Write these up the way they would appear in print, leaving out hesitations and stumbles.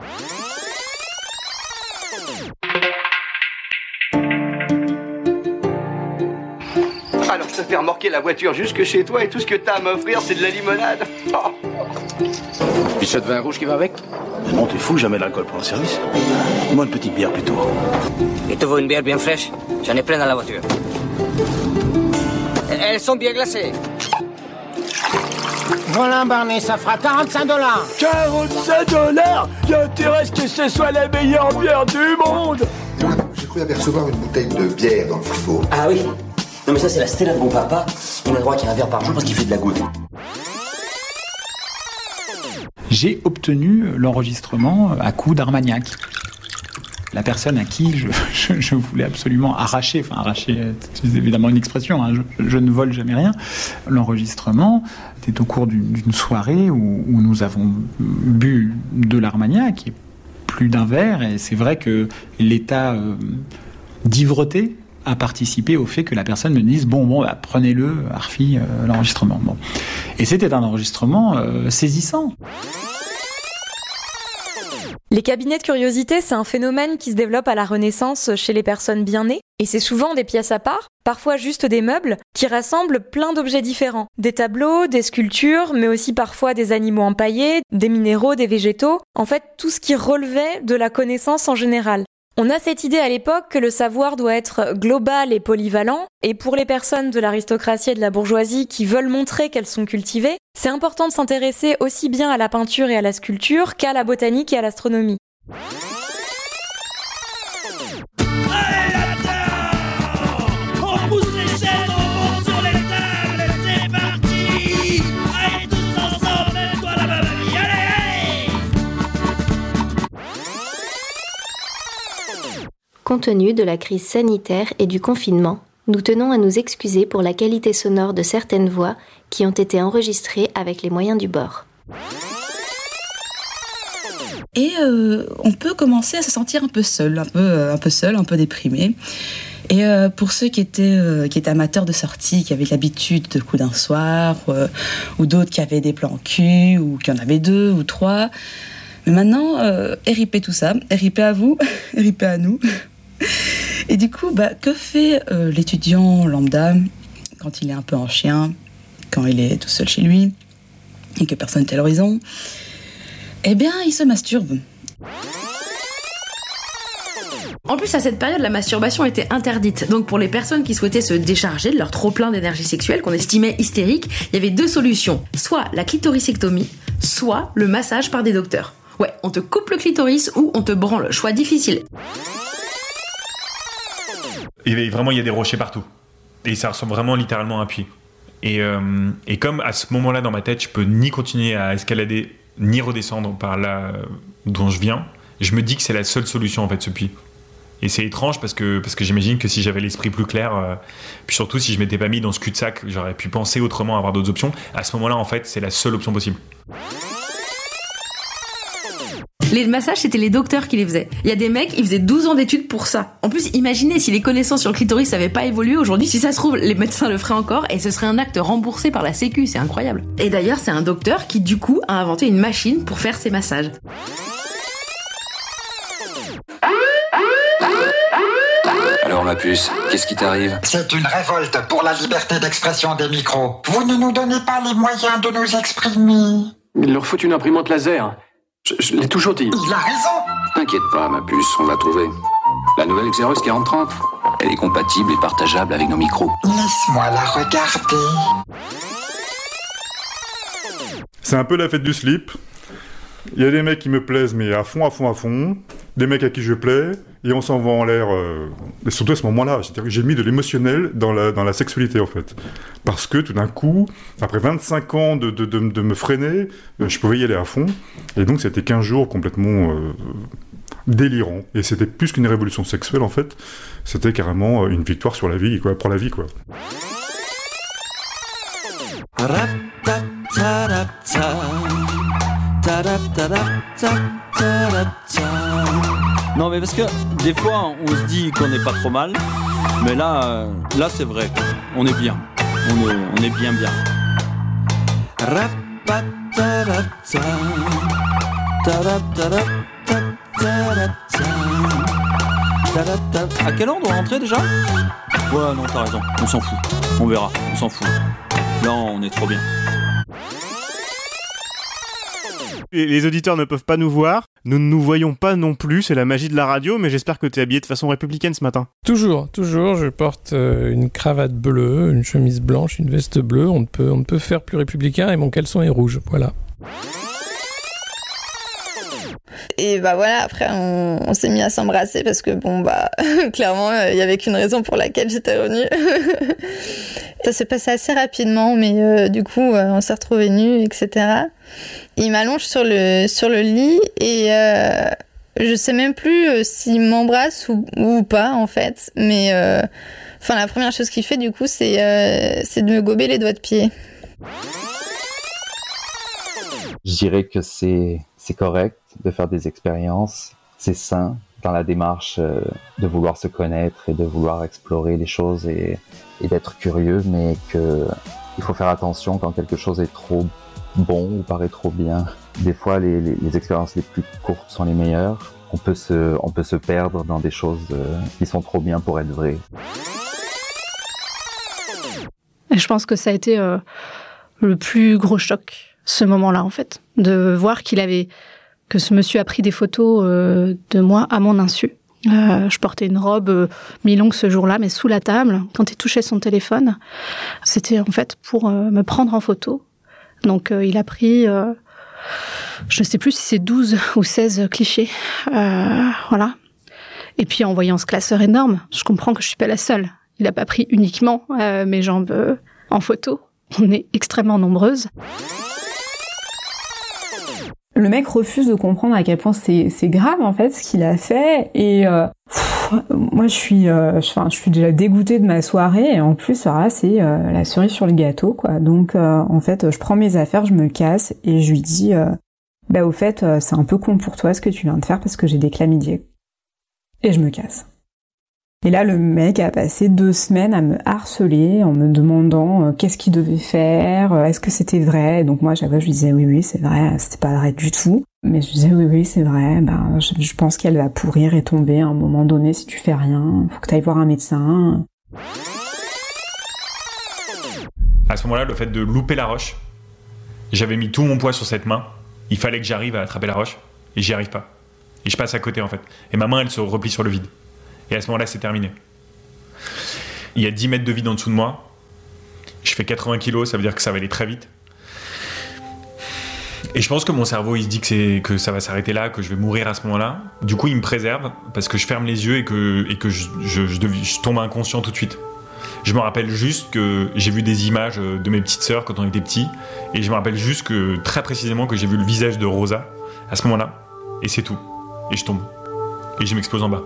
Alors ça fait remorquer la voiture jusque chez toi et tout ce que t'as à m'offrir, c'est de la limonade. Oh. Pichette de vin rouge qui va avec? Mais non, t'es fou, jamais de l'alcool pour le service. Moi, une petite bière plutôt. Il te faut une bière bien fraîche? J'en ai plein dans la voiture. Elles sont bien glacées. Voilà, Barney, ça fera $45. $45? Il y a intérêt à ce que ce soit la meilleure bière du monde. J'ai cru apercevoir une bouteille de bière dans le frigo. Ah oui? Non mais ça c'est la Stella de mon papa. On a le droit qu'il y ait un verre par jour parce qu'il fait de la goutte. J'ai obtenu l'enregistrement à coup d'Armagnac. La personne à qui je voulais absolument arracher, c'est évidemment une expression, hein, je ne vole jamais rien. L'enregistrement était au cours d'une soirée où nous avons bu de l'Armagnac, et plus d'un verre, et c'est vrai que l'état d'ivreté a participé au fait que la personne me dise bah, prenez-le, Arfi, l'enregistrement. Bon. Et c'était un enregistrement saisissant. Les cabinets de curiosité, c'est un phénomène qui se développe à la Renaissance chez les personnes bien nées, et c'est souvent des pièces à part, parfois juste des meubles, qui rassemblent plein d'objets différents. Des tableaux, des sculptures, mais aussi parfois des animaux empaillés, des minéraux, des végétaux, en fait tout ce qui relevait de la connaissance en général. On a cette idée à l'époque que le savoir doit être global et polyvalent, et pour les personnes de l'aristocratie et de la bourgeoisie qui veulent montrer qu'elles sont cultivées, c'est important de s'intéresser aussi bien à la peinture et à la sculpture qu'à la botanique et à l'astronomie. Allez là-dedans! On pousse les chaises, on monte sur les tables, c'est parti! Allez tous ensemble, mets-toi la mamie, allez! Compte tenu de la crise sanitaire et du confinement, nous tenons à nous excuser pour la qualité sonore de certaines voix qui ont été enregistrées avec les moyens du bord. Et on peut commencer à se sentir un peu seul, un peu déprimé. Et pour ceux qui étaient amateurs de sortie, qui avaient l'habitude de coups d'un soir, ou d'autres qui avaient des plans cul, ou qui en avaient 2 ou 3, mais maintenant, RIP tout ça, RIP à vous, RIP à nous. Et du coup, que fait l'étudiant lambda quand il est un peu en chien, quand il est tout seul chez lui, et que personne n'est à l'horizon? Eh bien, il se masturbe. En plus, à cette période, la masturbation était interdite. Donc pour les personnes qui souhaitaient se décharger de leur trop-plein d'énergie sexuelle, qu'on estimait hystérique, il y avait 2 solutions. Soit la clitorissectomie, soit le massage par des docteurs. Ouais, on te coupe le clitoris ou on te branle. Choix difficile. Il y a des rochers partout. Et ça ressemble vraiment littéralement à un puits. Et comme à ce moment-là, dans ma tête, je peux ni continuer à escalader, ni redescendre par là d'où je viens, je me dis que c'est la seule solution, en fait, ce puits. Et c'est étrange parce que j'imagine que si j'avais l'esprit plus clair, puis surtout si je m'étais pas mis dans ce cul-de-sac, j'aurais pu penser autrement, avoir d'autres options. À ce moment-là, en fait, c'est la seule option possible. Les massages, c'était les docteurs qui les faisaient. Il y a des mecs, ils faisaient 12 ans d'études pour ça. En plus, imaginez si les connaissances sur le clitoris n'avaient pas évolué aujourd'hui, si ça se trouve, les médecins le feraient encore et ce serait un acte remboursé par la Sécu, c'est incroyable. Et d'ailleurs, c'est un docteur qui, du coup, a inventé une machine pour faire ces massages. Alors ma puce, qu'est-ce qui t'arrive? C'est une révolte pour la liberté d'expression des micros. Vous ne nous donnez pas les moyens de nous exprimer. Il leur faut une imprimante laser. Je l'ai toujours dit. Il a raison. T'inquiète pas, ma puce, on va trouver. La nouvelle Xerox 4030, elle est compatible et partageable avec nos micros. Laisse-moi la regarder. C'est un peu la fête du slip. Il y a des mecs qui me plaisent, mais à fond. Des mecs à qui je plais, et on s'en va en l'air. Et surtout à ce moment-là, c'est-à-dire que j'ai mis de l'émotionnel dans la sexualité, en fait. Parce que tout d'un coup, après 25 ans de me freiner, je pouvais y aller à fond. Et donc c'était 15 jours complètement délirants. Et c'était plus qu'une révolution sexuelle, en fait. C'était carrément une victoire sur la vie, quoi, pour la vie, quoi. Non mais parce que des fois on se dit qu'on n'est pas trop mal, mais là c'est vrai, on est bien, on est bien. À quelle heure on doit rentrer déjà ? Ouais, non, t'as raison, on s'en fout. On verra, on s'en fout. Là, on est trop bien. Les auditeurs ne peuvent pas nous voir, nous ne nous voyons pas non plus, c'est la magie de la radio, mais j'espère que t'es habillé de façon républicaine ce matin. Toujours, je porte une cravate bleue, une chemise blanche, une veste bleue, on ne peut faire plus républicain et mon caleçon est rouge, voilà. Et bah voilà, après on s'est mis à s'embrasser parce que bon bah clairement il y avait qu'une raison pour laquelle j'étais revenue. Ça s'est passé assez rapidement, mais du coup on s'est retrouvés nus, etc. Il m'allonge sur le lit et je sais même plus s'il m'embrasse ou pas en fait, mais la première chose qu'il fait du coup c'est de me gober les doigts de pied. Je dirais que c'est correct de faire des expériences, c'est sain dans la démarche de vouloir se connaître et de vouloir explorer les choses et d'être curieux, mais il faut faire attention quand quelque chose est trop bon ou paraît trop bien. Des fois, les expériences les plus courtes sont les meilleures. On peut se perdre dans des choses qui sont trop bien pour être vraies. Je pense que ça a été le plus gros choc, ce moment-là, en fait, de voir que ce monsieur a pris des photos de moi à mon insu. Je portais une robe mi-longue ce jour-là, mais sous la table, quand il touchait son téléphone, c'était en fait pour me prendre en photo. Donc il a pris, je ne sais plus si c'est 12 ou 16 clichés, voilà. Et puis en voyant ce classeur énorme, je comprends que je ne suis pas la seule. Il n'a pas pris uniquement mes jambes en photo. On est extrêmement nombreuses. Le mec refuse de comprendre à quel point c'est grave en fait ce qu'il a fait et moi je suis déjà dégoûtée de ma soirée et en plus alors là c'est la cerise sur le gâteau quoi. Donc en fait je prends mes affaires, je me casse et je lui dis au fait c'est un peu con pour toi ce que tu viens de faire parce que j'ai des chlamydiés et je me casse. Et là, le mec a passé 2 semaines à me harceler en me demandant qu'est-ce qu'il devait faire, est-ce que c'était vrai. Donc moi, je lui disais oui, c'est vrai, c'était pas vrai du tout. Mais je disais oui, c'est vrai, je pense qu'elle va pourrir et tomber à un moment donné si tu fais rien. Faut que t'ailles voir un médecin. À ce moment-là, le fait de louper la roche, j'avais mis tout mon poids sur cette main. Il fallait que j'arrive à attraper la roche et j'y arrive pas. Et je passe à côté en fait. Et ma main, elle se replie sur le vide. Et à ce moment-là, c'est terminé. Il y a 10 mètres de vide en dessous de moi. Je fais 80 kilos, ça veut dire que ça va aller très vite. Et je pense que mon cerveau, il se dit que ça va s'arrêter là, que je vais mourir à ce moment-là. Du coup, il me préserve parce que je ferme les yeux et que je tombe inconscient tout de suite. Je me rappelle juste que j'ai vu des images de mes petites sœurs quand on était petits. Et je me rappelle juste que, très précisément, que j'ai vu le visage de Rosa à ce moment-là. Et c'est tout. Et je tombe. Et je m'explose en bas.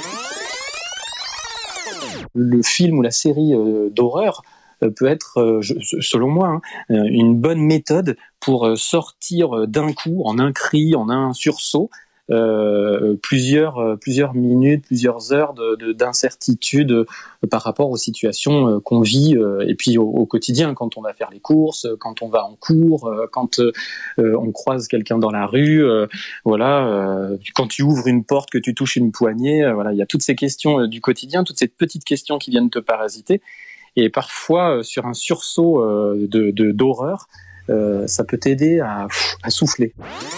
Le film ou la série d'horreur peut être, selon moi, une bonne méthode pour sortir d'un coup, en un cri, en un sursaut, plusieurs minutes, plusieurs heures d'incertitude par rapport aux situations qu'on vit et puis au quotidien, quand on va faire les courses, quand on va en cours, quand on croise quelqu'un dans la rue, quand tu ouvres une porte, que tu touches une poignée, il y a toutes ces questions du quotidien, toutes ces petites questions qui viennent te parasiter. Et parfois, sur un sursaut d'horreur, ça peut t'aider à souffler.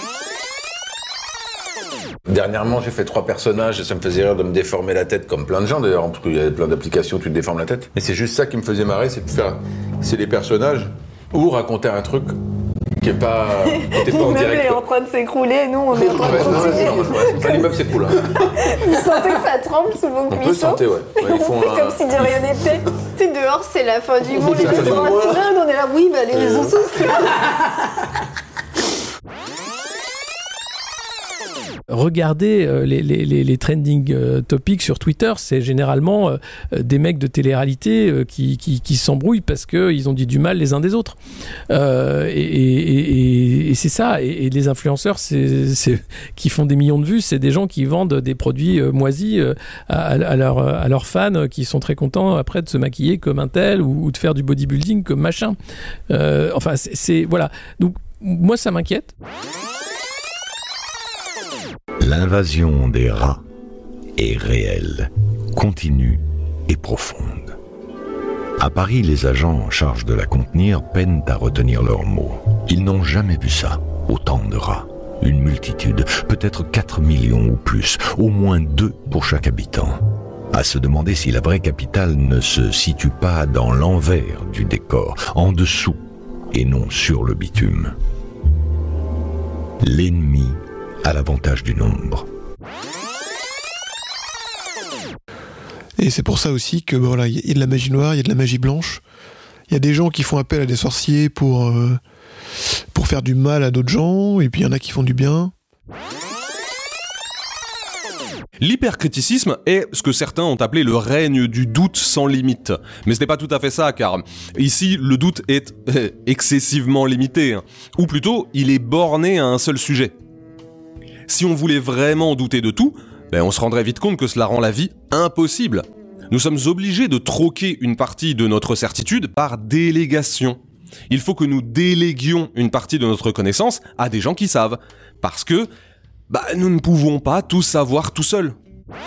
Dernièrement, j'ai fait 3 personnages et ça me faisait rire de me déformer la tête, comme plein de gens d'ailleurs, parce qu'il y a plein d'applications où tu te déformes la tête. Mais c'est juste ça qui me faisait marrer, c'est les personnages ou raconter un truc qui est pas en direct. Il est en train de s'écrouler, nous on est en train de continuer. Non, l'immeuble s'écroule. Vous sentez que ça tremble sous vos cuisseaux? On peut sentir, ouais. On fait comme si de rien n'était. Tu sais, dehors c'est la fin du monde, les gens sont entourés, on est là, oui, les maisons soufflent. Regardez les trending topics sur Twitter, c'est généralement des mecs de télé-réalité qui s'embrouillent parce qu'ils ont dit du mal les uns des autres. Et c'est ça. Et les influenceurs qui font des millions de vues, c'est des gens qui vendent des produits moisis à leurs fans qui sont très contents après de se maquiller comme un tel ou de faire du bodybuilding comme machin. Voilà. Donc moi, ça m'inquiète. L'invasion des rats est réelle, continue et profonde. À Paris, les agents en charge de la contenir peinent à retenir leurs mots. Ils n'ont jamais vu ça, autant de rats. Une multitude, peut-être 4 millions ou plus, au moins 2 pour chaque habitant. À se demander si la vraie capitale ne se situe pas dans l'envers du décor, en dessous et non sur le bitume. L'ennemi a l'avantage du nombre. Et c'est pour ça aussi que voilà, il y a de la magie noire, il y a de la magie blanche. Il y a des gens qui font appel à des sorciers pour faire du mal à d'autres gens, et puis il y en a qui font du bien. L'hypercriticisme est ce que certains ont appelé le règne du doute sans limite. Mais ce n'est pas tout à fait ça, car ici, le doute est excessivement limité. Ou plutôt, il est borné à un seul sujet. Si on voulait vraiment douter de tout, on se rendrait vite compte que cela rend la vie impossible. Nous sommes obligés de troquer une partie de notre certitude par délégation. Il faut que nous déléguions une partie de notre connaissance à des gens qui savent. Parce que nous ne pouvons pas tout savoir tout seuls.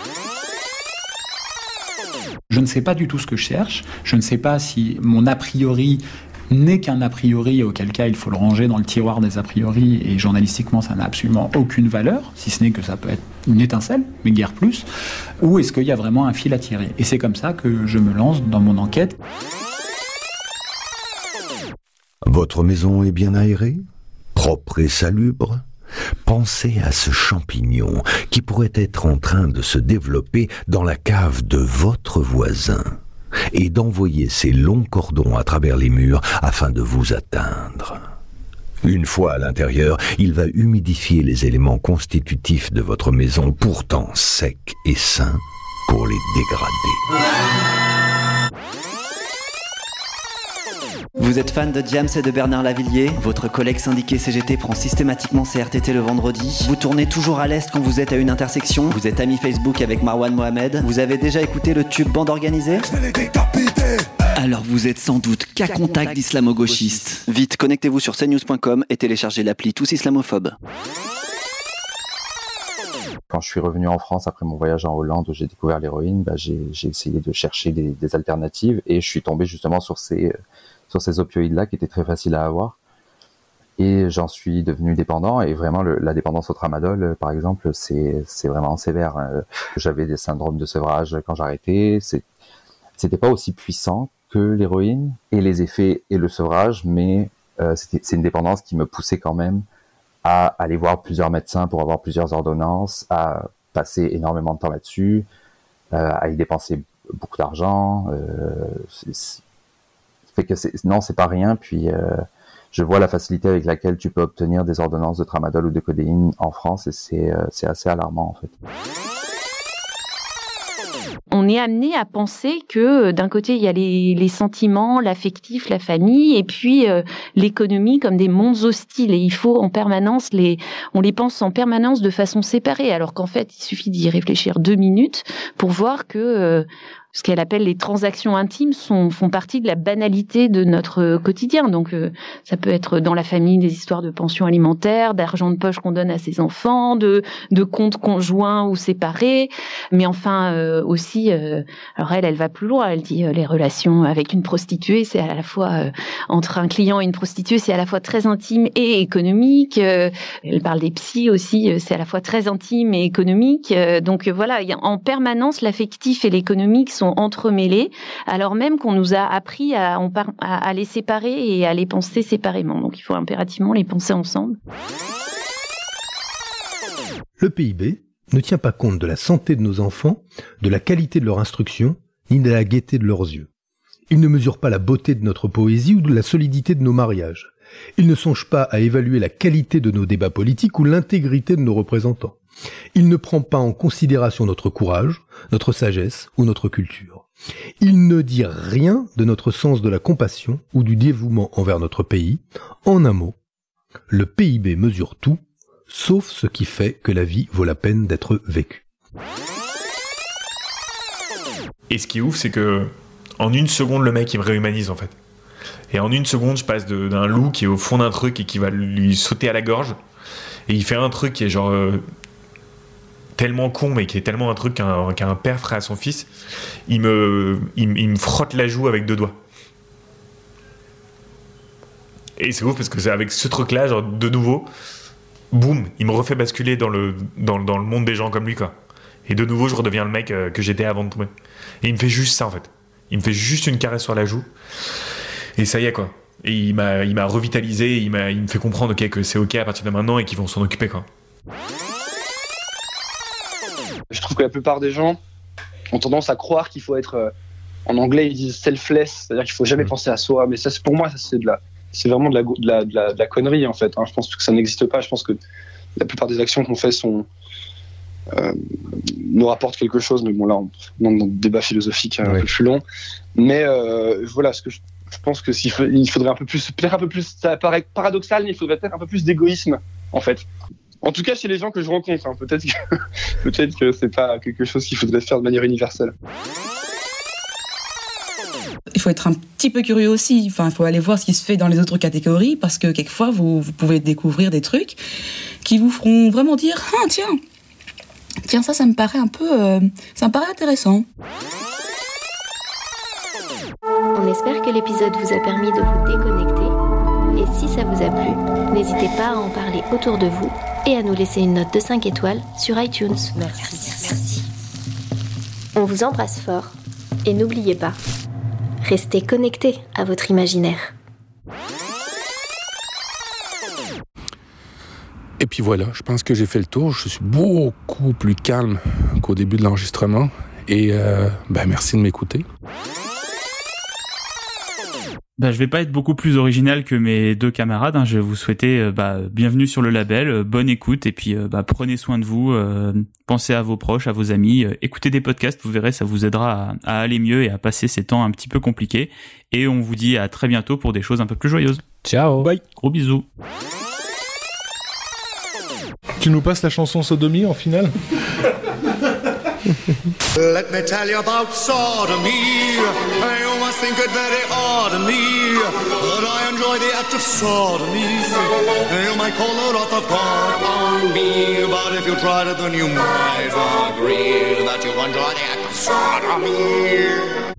Je ne sais pas du tout ce que je cherche. Je ne sais pas si mon a priori n'est qu'un a priori, auquel cas il faut le ranger dans le tiroir des a priori, et journalistiquement ça n'a absolument aucune valeur, si ce n'est que ça peut être une étincelle, mais guère plus, ou est-ce qu'il y a vraiment un fil à tirer? Et c'est comme ça que je me lance dans mon enquête. Votre maison est bien aérée? Propre et salubre? Pensez à ce champignon qui pourrait être en train de se développer dans la cave de votre voisin et d'envoyer ses longs cordons à travers les murs afin de vous atteindre. Une fois à l'intérieur, il va humidifier les éléments constitutifs de votre maison, pourtant secs et sains, pour les dégrader. Vous êtes fan de Diams et de Bernard Lavillier? Votre collègue syndiqué CGT prend systématiquement CRTT le vendredi? Vous tournez toujours à l'est quand vous êtes à une intersection? Vous êtes ami Facebook avec Marwan Mohamed? Vous avez déjà écouté le tube Bande Organisée? Alors vous êtes sans doute qu'à contact d'islamo-gauchistes. Vite, connectez-vous sur cnews.com et téléchargez l'appli Tous Islamophobes. Quand je suis revenu en France après mon voyage en Hollande où j'ai découvert l'héroïne, j'ai essayé de chercher des alternatives et je suis tombé justement sur ces opioïdes-là qui étaient très faciles à avoir. Et j'en suis devenu dépendant et vraiment la dépendance au tramadol, par exemple, c'est vraiment sévère. J'avais des syndromes de sevrage quand j'arrêtais. C'était pas aussi puissant que l'héroïne et les effets et le sevrage, mais c'est une dépendance qui me poussait quand même à aller voir plusieurs médecins pour avoir plusieurs ordonnances, à passer énormément de temps là-dessus, à y dépenser beaucoup d'argent. Fait que c'est pas rien. Puis je vois la facilité avec laquelle tu peux obtenir des ordonnances de tramadol ou de codéine en France et c'est assez alarmant en fait. On est amené à penser que d'un côté il y a les sentiments, l'affectif, la famille, et puis l'économie comme des mondes hostiles. Et il faut en permanence on les pense en permanence de façon séparée, alors qu'en fait il suffit d'y réfléchir 2 minutes pour voir que ce qu'elle appelle les transactions intimes font partie de la banalité de notre quotidien. Donc ça peut être dans la famille des histoires de pension alimentaire, d'argent de poche qu'on donne à ses enfants, de comptes conjoints ou séparés, mais enfin aussi, alors elle va plus loin, elle dit les relations avec une prostituée, c'est à la fois entre un client et une prostituée, c'est à la fois très intime et économique. Elle parle des psys aussi, c'est à la fois très intime et économique. Donc voilà, en permanence l'affectif et l'économique sont entremêlés, alors même qu'on nous a appris à les séparer et à les penser séparément. Donc il faut impérativement les penser ensemble. Le PIB ne tient pas compte de la santé de nos enfants, de la qualité de leur instruction, ni de la gaieté de leurs yeux. Il ne mesure pas la beauté de notre poésie ou de la solidité de nos mariages. Il ne songe pas à évaluer la qualité de nos débats politiques ou l'intégrité de nos représentants. Il ne prend pas en considération notre courage, notre sagesse ou notre culture. Il ne dit rien de notre sens de la compassion ou du dévouement envers notre pays. En un mot, le PIB mesure tout, sauf ce qui fait que la vie vaut la peine d'être vécue. Et ce qui est ouf, c'est que en une seconde, le mec, il me réhumanise en fait. Et en une seconde, je passe d'un loup qui est au fond d'un truc et qui va lui sauter à la gorge. Et il fait un truc qui est genre tellement con, mais qui est tellement un truc qu'un père ferait à son fils. Il me frotte la joue avec 2 doigts. Et c'est ouf parce que c'est avec ce truc-là, genre de nouveau, boum, il me refait basculer dans le monde des gens comme lui, quoi. Et de nouveau, je redeviens le mec que j'étais avant de tomber. Et il me fait juste ça, en fait. Il me fait juste une caresse sur la joue. Et ça y est, quoi. Et il m'a revitalisé, il me fait comprendre que c'est ok à partir de maintenant et qu'ils vont s'en occuper, quoi. Je trouve que la plupart des gens ont tendance à croire qu'il faut être... en anglais, ils disent selfless, c'est-à-dire qu'il faut jamais penser à soi. Mais ça, pour moi, ça, c'est vraiment de la connerie, en fait. Je pense que ça n'existe pas. Je pense que la plupart des actions qu'on fait nous rapportent quelque chose. Mais bon, là, on est dans un débat philosophique un peu plus long. Mais voilà, ce que je pense que il faudrait un peu plus, peut-être un peu plus, ça paraît paradoxal, mais il faudrait peut-être un peu plus d'égoïsme, en fait. En tout cas, chez les gens que je rencontre, peut-être que c'est pas quelque chose qu'il faudrait faire de manière universelle. Il faut être un petit peu curieux aussi. Enfin, il faut aller voir ce qui se fait dans les autres catégories, parce que quelquefois, vous pouvez découvrir des trucs qui vous feront vraiment dire « Ah, tiens, ça me paraît un peu... ça me paraît intéressant. » On espère que l'épisode vous a permis de vous déconnecter. Et si ça vous a plu, n'hésitez pas à en parler autour de vous et à nous laisser une note de 5 étoiles sur iTunes. Merci. On vous embrasse fort. Et n'oubliez pas, restez connectés à votre imaginaire. Et puis voilà, je pense que j'ai fait le tour. Je suis beaucoup plus calme qu'au début de l'enregistrement. Et merci de m'écouter. Je vais pas être beaucoup plus original que mes 2 camarades. Je vais vous souhaiter bienvenue sur le label, bonne écoute et puis prenez soin de vous, pensez à vos proches, à vos amis, écoutez des podcasts, vous verrez, ça vous aidera à aller mieux et à passer ces temps un petit peu compliqués. Et on vous dit à très bientôt pour des choses un peu plus joyeuses. Ciao. Bye. Gros bisous. Tu nous passes la chanson Sodomie en finale? Let me tell you about sodomy. You must think it very odd of me, but I enjoy the act of sodomy. You might call the wrath of God on me, but if you tried it then you might agree that you enjoy the act of sodomy.